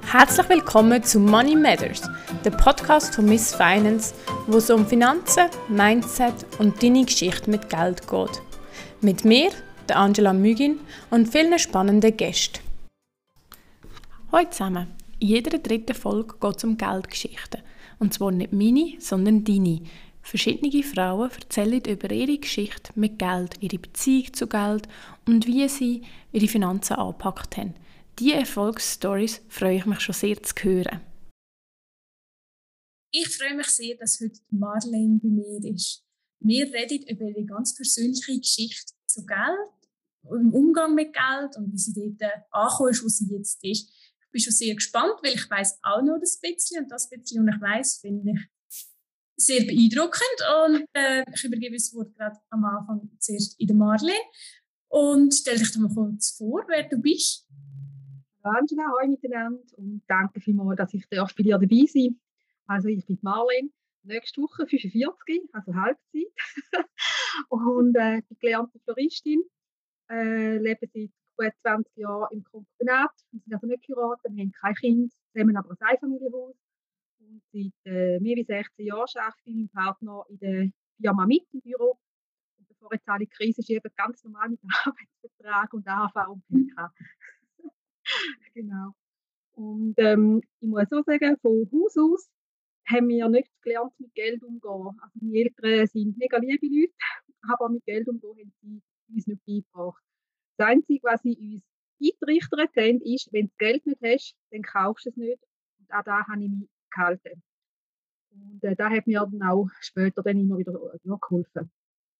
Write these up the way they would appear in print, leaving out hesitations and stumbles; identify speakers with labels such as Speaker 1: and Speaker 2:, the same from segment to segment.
Speaker 1: Herzlich willkommen zu Money Matters, der Podcast von Miss Finance, wo es um Finanzen, Mindset und deine Geschichte mit Geld geht. Mit mir, der Angela Mügin und vielen spannenden Gästen. Hallo zusammen. In jeder dritten Folge geht es um Geldgeschichten. Und zwar nicht meine, sondern deine. Verschiedene Frauen erzählen über ihre Geschichte mit Geld, ihre Beziehung zu Geld und wie sie ihre Finanzen angepackt haben. Diese Erfolgsstories freue ich mich schon sehr zu hören.
Speaker 2: Ich freue mich sehr, dass heute Marlene bei mir ist. Wir reden über ihre ganz persönliche Geschichte zu Geld, im Umgang mit Geld und wie sie dort angekommen ist, wo sie jetzt ist. Ich bin schon sehr gespannt, weil ich weiss auch noch das bisschen und das bisschen, was ich weiss, finde ich sehr beeindruckend. Und ich übergebe das Wort gerade am Anfang zuerst in der Marlene. Und stell dich doch mal kurz vor, wer du bist.
Speaker 3: Angela, hallo miteinander und danke vielmals, dass ich bei dir dabei sein darf. Also ich bin Marlene, nächste Woche 45, also Halbzeit und bin gelernte Floristin, lebe seit gut 20 Jahren im Konkubinat. Wir sind also nicht geheiratet, wir haben kein Kind, zusammen aber ein Einfamilienhaus. Und seit mehr als 16 Jahren arbeite ich mit meinem Partner in der Firma mit im Büro. Und bevor jetzt alle Krise ist, eben ganz normal mit Arbeitsvertrag und AHV und PK. Genau. Und ich muss auch sagen, von Haus aus haben wir nicht gelernt, mit Geld umzugehen. Also meine Eltern sind mega liebe Leute, aber mit Geld umzugehen haben sie uns nicht beigebracht. Das Einzige, was sie uns eingerichtet haben, ist, wenn du Geld nicht hast, dann kaufst du es nicht. Und auch da habe ich mich gehalten. Und da hat mir dann auch später dann immer wieder geholfen.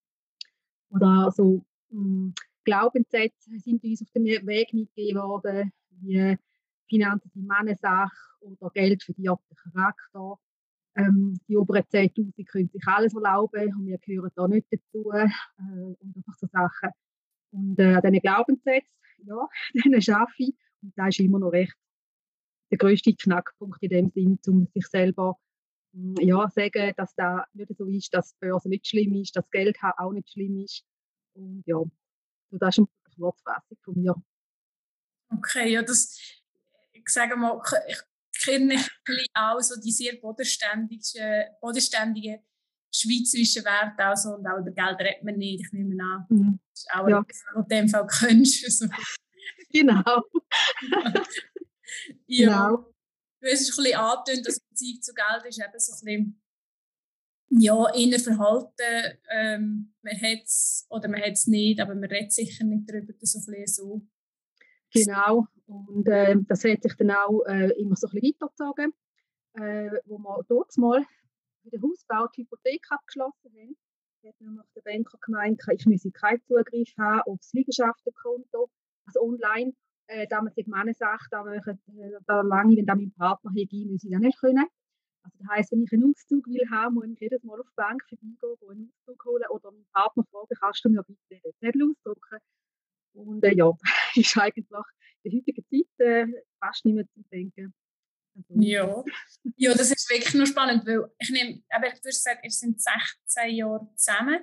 Speaker 3: Oder so Glaubenssätze sind uns auf dem Weg mitgegeben worden, wie Finanzen sind Männersache oder Geld verdirbt den Charakter. Die oberen 10'000 können sich alles erlauben und wir gehören da nicht dazu. Und einfach so Sachen. Und an diesen Glaubenssätzen, ja, denen arbeite ich. Und das ist immer noch recht der grösste Knackpunkt in dem Sinn, um sich selber ja, sagen, dass das nicht so ist, dass die Börse nicht schlimm ist, dass Geld haben auch nicht schlimm ist. Und ja, so das ist eine Kurzfassung von mir.
Speaker 2: Okay, ja, ich sage mal, ich kenne ein bisschen auch so die sehr bodenständigen schweizerischen Werte also, und auch über Geld redet man nicht, ich nehme an. Das ist auch etwas, was du in dem Fall kennst.
Speaker 3: Genau.
Speaker 2: Ja. Genau. Du hast es ein bisschen angetönt, dass Beziehung zu Geld ist eben so ein bisschen ja, eher Verhalten. Man hat es oder man hat es nicht, aber man redet sicher nicht darüber, das so ein bisschen so.
Speaker 3: Genau, und das hat sich dann auch immer so ein bisschen weitergezogen, wo wir dort mal bei der Hausbau die Hypothek abgeschlossen haben. Da hat nämlich der Banker gemeint, ich müsse keinen Zugriff haben auf das Liegenschaftenkonto, also online. Da man sich meine Sache, da lange, wenn da mein Partner hätte, müsse ich das nicht können. Also das heisst, wenn ich einen Auszug will haben, muss ich jedes Mal auf die Bank vorbeigehen, einen Auszug holen oder meinen Partner fragen, kannst du mir bitte den Zettel ausdrucken? Und ja, ist eigentlich in der heutigen Zeit fast nicht mehr zu denken.
Speaker 2: Also. Ja, das ist wirklich nur spannend, weil ich nehme, aber du hast gesagt, ihr seid 16 Jahre zusammen.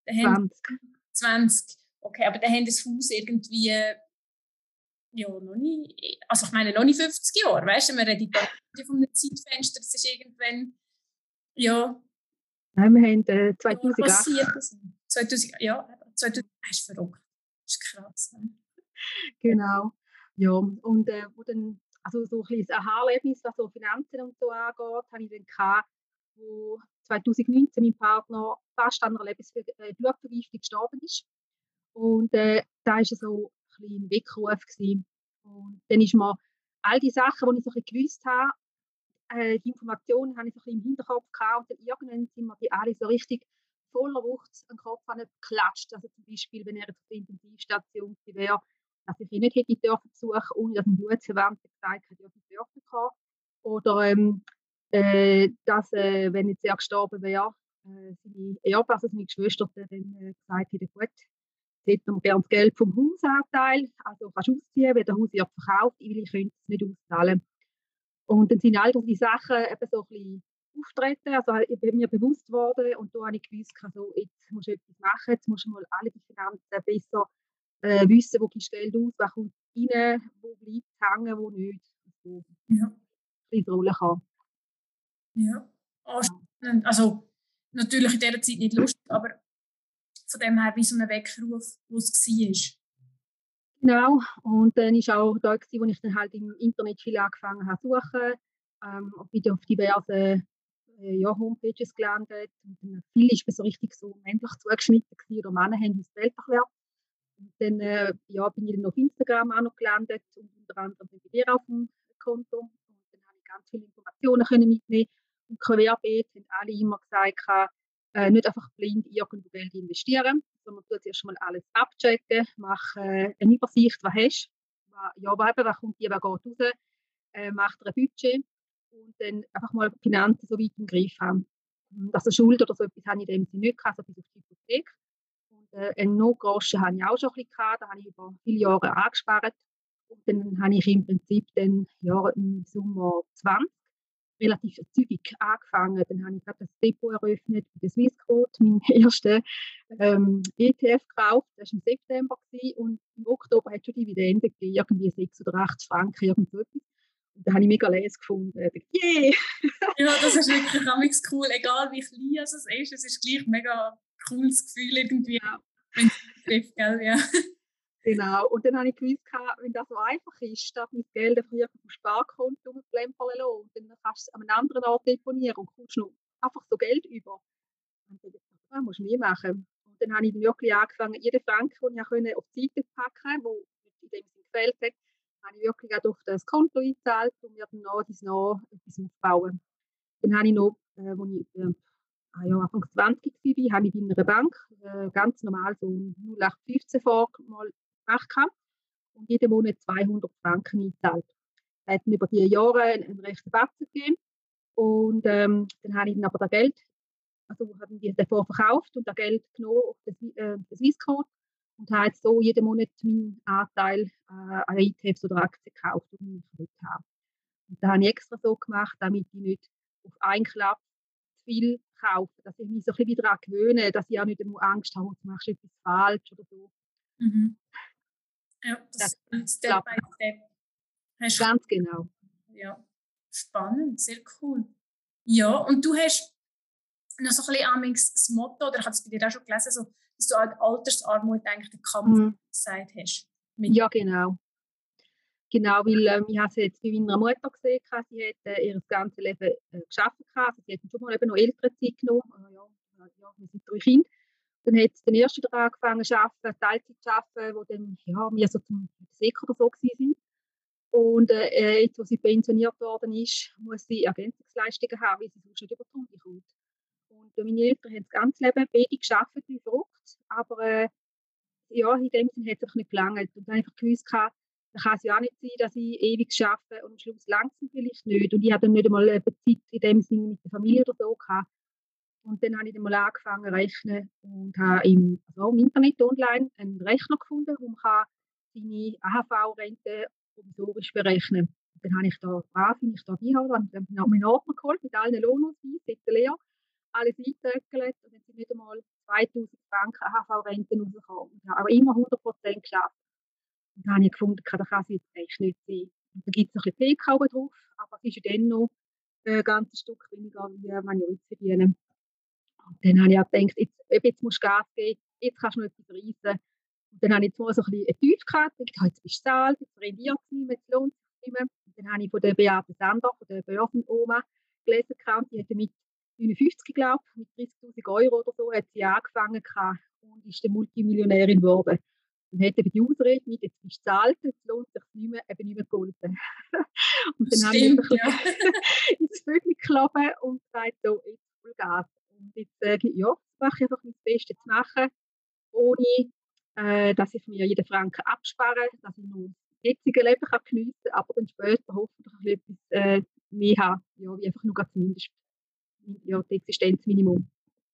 Speaker 2: 20. Okay, aber dann haben das Haus irgendwie ja, noch nie, also ich meine noch nicht 50 Jahre, weißt du, wir reden da von einem Zeitfenster, das ist irgendwann, ja.
Speaker 3: Nein, wir haben 2008.
Speaker 2: Passiert das? 2000, ja, 2000, das ist verrückt, das ist krass. Ne?
Speaker 3: Genau, ja, und wo dann, also so ein bisschen ein Aha-Erlebnis, was so Finanzen und so angeht, habe ich dann gehabt, wo 2019 mein Partner fast an einer Blutvergiftung gestorben ist. Und da war so ein bisschen ein Weckruf gewesen. Und dann ist mir all die Sachen, die ich so ein bisschen gewusst habe, die Informationen habe ich so ein bisschen im Hinterkopf gehabt und dann irgendwann sind mir die alle so richtig voller Wucht an den Kopf geklatscht. Also zum Beispiel, wenn er jetzt auf der Intensivstation wäre, dass ich ihn nicht hätte dürfen besuchen, ohne dass ein Blutsverwandter gesagt hat, ich dürfen kommen. Oder dass, wenn jetzt er gestorben wäre, seine Erbe, also seine Geschwister, dann gesagt hätten, gut, jetzt hätten wir gerne das Geld vom Hausanteil, also kannst du ausziehen, wenn der Haus wird verkauft, weil ich könnte es nicht auszahlen. Und dann sind all diese Sachen eben so ein bisschen auftreten, also ich bin mir bewusst geworden und da habe ich gewusst, also jetzt musst du etwas machen, jetzt musst du mal alle die Finanzen besser wissen, wo gibst du Geld aus, was kommt rein, wo bleibt es hängen, wo nicht. wo
Speaker 2: Ja.
Speaker 3: in die Rolle kann.
Speaker 2: Ja. Spannend. Also natürlich in dieser Zeit nicht lustig, aber von dem her wie so ein Weckruf, wo es war.
Speaker 3: Genau, und dann war auch da, wo ich dann halt im Internet viel angefangen habe zu suchen, wieder auf diverse Homepages gelandet. Und dann viel ist mir so richtig so männlich zugeschnitten gewesen, oder Männer haben uns die Welt erklärt. Und dann bin ich dann auf Instagram auch noch gelandet und unter anderem bei dir auf dem Konto. Und dann habe ich ganz viele Informationen können mitnehmen. Und querbeet haben alle immer gesagt, nicht einfach blind irgendwo Geld investieren, sondern du zuerst mal alles abchecken, mach eine Übersicht, was hast du, was kommt dir, was geht raus, mach dir ein Budget und dann einfach mal die Finanzen so weit im Griff haben. Also Schuld oder so etwas habe ich in dem Sinne nicht gehabt, so bis auf die Hypothek. Und einen Notgroschen hatte ich auch schon ein bisschen gehabt, da habe ich über viele Jahre angespart. Und dann habe ich im Prinzip dann, im Sommer 20 relativ zügig angefangen. Dann habe ich gerade das Depot eröffnet bei der Swissquote, meinen ersten ETF gekauft. Das war im September und im Oktober hat es schon Dividende gegeben, irgendwie 6 oder 8 Franken, irgend so etwas. Und da habe ich mega les gefunden. Yeah!
Speaker 2: Ja, das ist wirklich amigs cool, egal wie klein es ist. Es ist gleich ein mega cooles Gefühl irgendwie, wenn es trifft, gell? Ja.
Speaker 3: Genau, und dann habe ich gewusst, wenn das so einfach ist, darf mein Geld einfach auf dem Sparkonto rumplempern lassen und dann kannst du es an einem anderen Ort deponieren und kommst noch einfach so Geld über. Und dann dachte ich, das musst du mehr machen. Und dann habe ich dann wirklich angefangen, jeden Franken, den ich auf die Seite packen konnte, der in dem Sinne gefällt hat, habe ich wirklich auch auf das Konto eingezahlt und mir dann nach etwas aufbauen. Dann habe ich noch, als ich Anfang 20 war, habe ich bei einer Bank ganz normal so 0815 mal gemacht und jeden Monat 200 Franken eingezahlt. Das hat mir über die Jahre einen rechten Batzen gegeben. Und dann habe ich dann aber das Geld, also haben die davor verkauft und das Geld genommen auf den Swissquote und habe jetzt so jeden Monat meinen Anteil an ETFs oder Aktien gekauft, die ich heute habe. Und das habe ich extra so gemacht, damit ich nicht auf einen Klapp zu viel kaufe, dass ich mich so ein bisschen daran gewöhne, dass ich auch nicht immer Angst habe, du machst etwas falsch oder so.
Speaker 2: Mhm. Ja, das ist Step by Step.
Speaker 3: Ganz genau.
Speaker 2: Ja, spannend, sehr cool. Ja, und du hast noch so ein bisschen amigs das Motto, oder ich habe es bei dir auch schon gelesen, so, dass du an Altersarmut eigentlich den Kampf gesagt hast.
Speaker 3: Ja, genau. Genau, weil ich habe es jetzt bei meiner Mutter gesehen, sie hat ihr ganzes Leben gearbeitet. Also sie hat schon mal eben noch Elternzeit genommen. Wir sind 3 Kinder. Dann hat sie den ersten daran angefangen zu arbeiten, Teilzeit zu arbeiten, wo dann wir so zum Sek oder so waren. Und jetzt, wo sie pensioniert worden ist, muss sie Ergänzungsleistungen haben, weil sie sonst nicht über die Runde kommt. Und meine Eltern haben das ganze Leben beide gearbeitet, wie verrückt. Aber in dem Sinne hat es nicht gelangt. Und dann habe ich einfach gewusst, dann kann es ja auch nicht sein, dass ich ewig arbeite und am Schluss langsam vielleicht nicht. Und ich hatte dann nicht einmal Zeit in dem Sinne mit der Familie oder so gehabt. Und dann habe ich dann mal angefangen zu rechnen und habe im Internet online einen Rechner gefunden, wo man seine AHV-Rente provisorisch berechnen kann. Und dann habe ich da brav, meinen Ordner geholt mit allen Lohnausweisen, jetzt leer, alles eingetöckelt und dann sind nicht einmal 2000 Franken AHV-Rente rausgekommen. Ich habe aber immer 100% geschafft. Und dann habe ich gefunden, das kann es jetzt echt nicht sein. Und da gibt es noch ein bisschen PK drauf, aber es ist ja dann noch ein ganzes Stück weniger, wie man ja jetzt verdienen. Und dann habe ich auch gedacht, jetzt musst du Gas geben, jetzt kannst du noch etwas reissen. Und dann habe ich jetzt mal so ein bisschen eine Tief gehabt, ich dachte, jetzt bist du zahlt, jetzt rendiert es nicht mehr, jetzt lohnt es sich nicht mehr. Und dann habe ich von der Beate Sander, von der Börsenoma, gelesen, die hat mit 59, glaube ich, mit 30'000 Euro oder so, hat sie angefangen und ist dann Multimillionärin geworden. Und hat eben die Ausrede mit, jetzt bist du zahlt, jetzt lohnt es sich nicht mehr, eben nicht mehr geholfen. Und dann habe ich ins Vögel geklopft und gesagt, so, jetzt voll Gas. Und jetzt sage ich, mache ich einfach mein Bestes zu machen, ohne dass ich mir jeden Franken abspare, dass ich nur das jetzige Leben geniessen kann, aber dann später hoffentlich etwas mehr habe, wie einfach nur zumindest das Existenzminimum.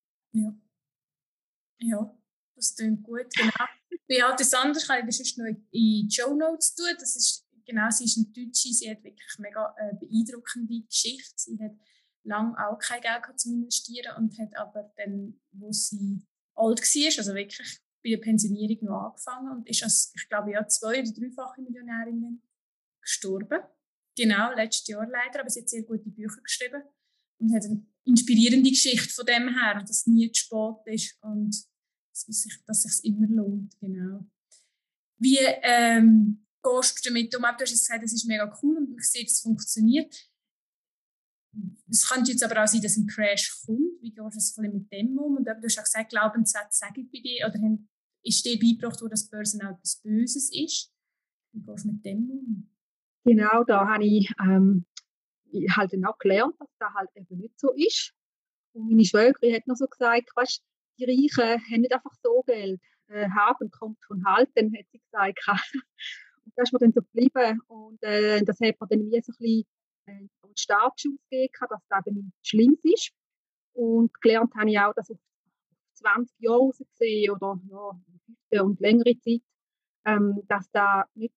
Speaker 2: Ja, das klingt gut, genau. Beate Sander kann ich das noch in die Shownotes tun. Das ist, genau, sie ist eine Deutsche, sie hat wirklich mega beeindruckende Geschichte. Sie hat lange auch kein Geld gehabt zum Investieren und hat aber dann, wo sie alt war, also wirklich bei der Pensionierung noch angefangen und ist als, ich glaube, 2- oder 3-fache Millionärin gestorben. Genau, letztes Jahr leider, aber sie hat sehr gute Bücher geschrieben und hat eine inspirierende Geschichte von dem her, dass es nie zu spät ist und dass es sich immer lohnt. Genau. Wie gehst du damit um? Du hast gesagt, das ist mega cool und ich sehe, dass es funktioniert. Es könnte jetzt aber auch sein, dass ein Crash kommt. Wie gehst du mit dem um? Und du hast auch gesagt, Glaubenssätze sagen bei dir, oder ist dir beigebracht worden, dass Burnout etwas Böses ist? Wie gehst du mit dem um?
Speaker 3: Genau, da habe ich halt dann auch gelernt, dass das halt eben nicht so ist. Und meine Schwägerin hat noch so gesagt, weißt, die Reichen haben nicht einfach so Geld. Haben kommt von halten, hat sie gesagt. Und das ist mir dann so geblieben. Und das hat mir dann wie so ein bisschen einen Startschuss gegeben, dass das eben nicht schlimm ist. Und gelernt habe ich auch, dass auf 20 Jahre raus gesehen oder ja, und längere Zeit, dass da nicht,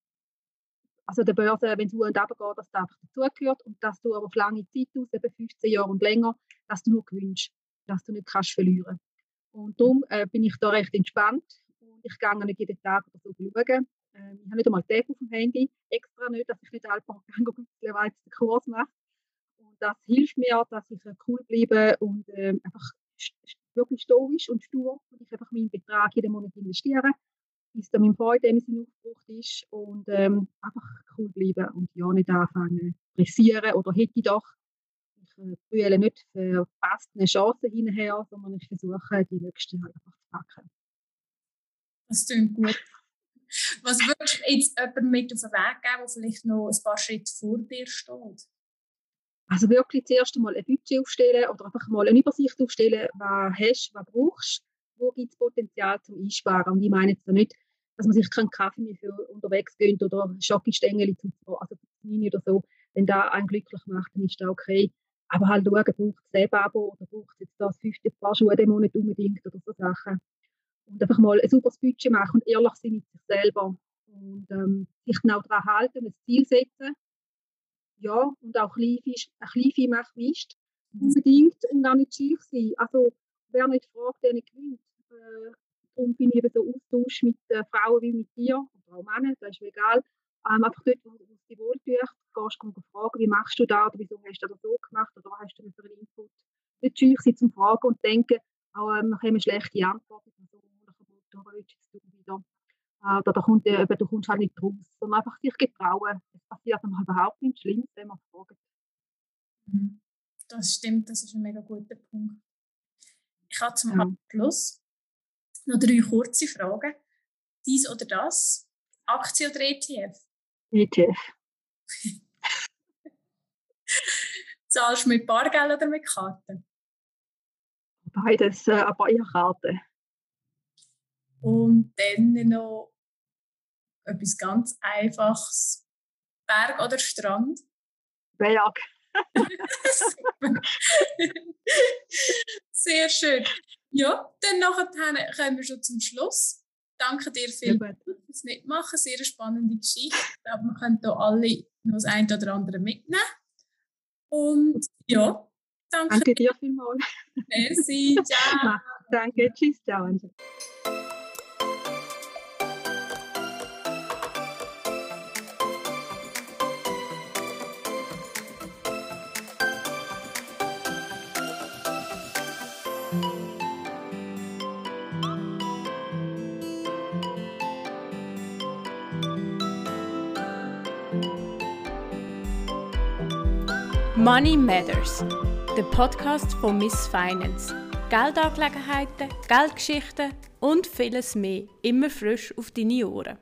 Speaker 3: also der Börse, wenn es und runter geht, dass das einfach dazugehört und dass du aber auf lange Zeit aus, eben 15 Jahre und länger, dass du nur gewinnst, dass du nicht kannst verlieren. Und darum bin ich da recht entspannt und ich gehe nicht jeden Tag oder so schauen. Ich habe nicht einmal die App auf dem Handy, extra nicht, dass ich nicht einfach google, weil ich den Kurs mache. Und das hilft mir, dass ich cool bleibe und einfach wirklich stoisch und stur und ich einfach meinen Betrag jeden Monat investiere, bis dann mein Freude in Sinn aufgebraucht ist und einfach cool bleiben und ja nicht anfangen pressieren oder hätte ich doch. Ich fühle nicht verpasst eine Chance hinterher, sondern ich versuche, die nächste halt einfach zu packen.
Speaker 2: Das klingt gut. Was würdest du jetzt jemandem mit auf den Weg geben, der vielleicht noch ein paar Schritte vor dir steht?
Speaker 3: Also wirklich zuerst einmal ein Budget aufstellen oder einfach mal eine Übersicht aufstellen, was hast du, was brauchst, wo gibt es Potenzial zum Einsparen. Und ich meine jetzt nicht, dass man sich keinen Kaffee mehr für unterwegs gönnt oder Schokostängel also oder so. Wenn das einen glücklich macht, dann ist das okay. Aber halt schauen, braucht es ein Abo oder braucht es jetzt das 5. Paar Schuhe den Monat unbedingt oder so Sachen. Und einfach mal ein sauberes Budget machen und ehrlich sein mit sich selber. Und sich dann auch daran halten, ein Ziel setzen. Ja, und auch ein Kleinvieh macht Mist. Unbedingt und auch nicht schief sein. Also, wer nicht fragt, der nicht gewinnt. Darum bin ich eben so Austausch mit Frauen wie mit dir, oder auch Männern, das ist mir egal. Einfach dort, wo es dich wohltut, gehst du fragen, wie machst du das, oder wieso hast du das so gemacht, oder was hast du für einen Input. Nicht scheu sein zum Fragen und denken, wir haben eine schlechte Antwort, so, da willst du wieder. Da du kommst halt nicht raus, sondern einfach sich getrauen. Es passiert dann überhaupt nichts Schlimmes, wenn man fragt.
Speaker 2: Das stimmt, das ist ein mega guter Punkt. Ich habe zum Abschluss noch 3 kurze Fragen. Dies oder das? Aktie oder ETF?
Speaker 3: ETF.
Speaker 2: Zahlst du mit Bargeld oder mit Karten?
Speaker 3: Beides, aber eher Karten.
Speaker 2: Und dann noch etwas ganz Einfaches. Berg oder Strand?
Speaker 3: Berg.
Speaker 2: Sehr schön. Ja, dann nachher kommen wir schon zum Schluss. Danke dir vielmals fürs Mitmachen. Sehr eine spannende Geschichte. Ich glaube, wir können hier alle noch das eine oder andere mitnehmen. Und ja,
Speaker 3: danke dir vielmals.
Speaker 2: Merci, ciao.
Speaker 3: Danke, tschüss, ciao.
Speaker 1: Money Matters, der Podcast von Miss Finance. Geldangelegenheiten, Geldgeschichten und vieles mehr, immer frisch auf deine Ohren.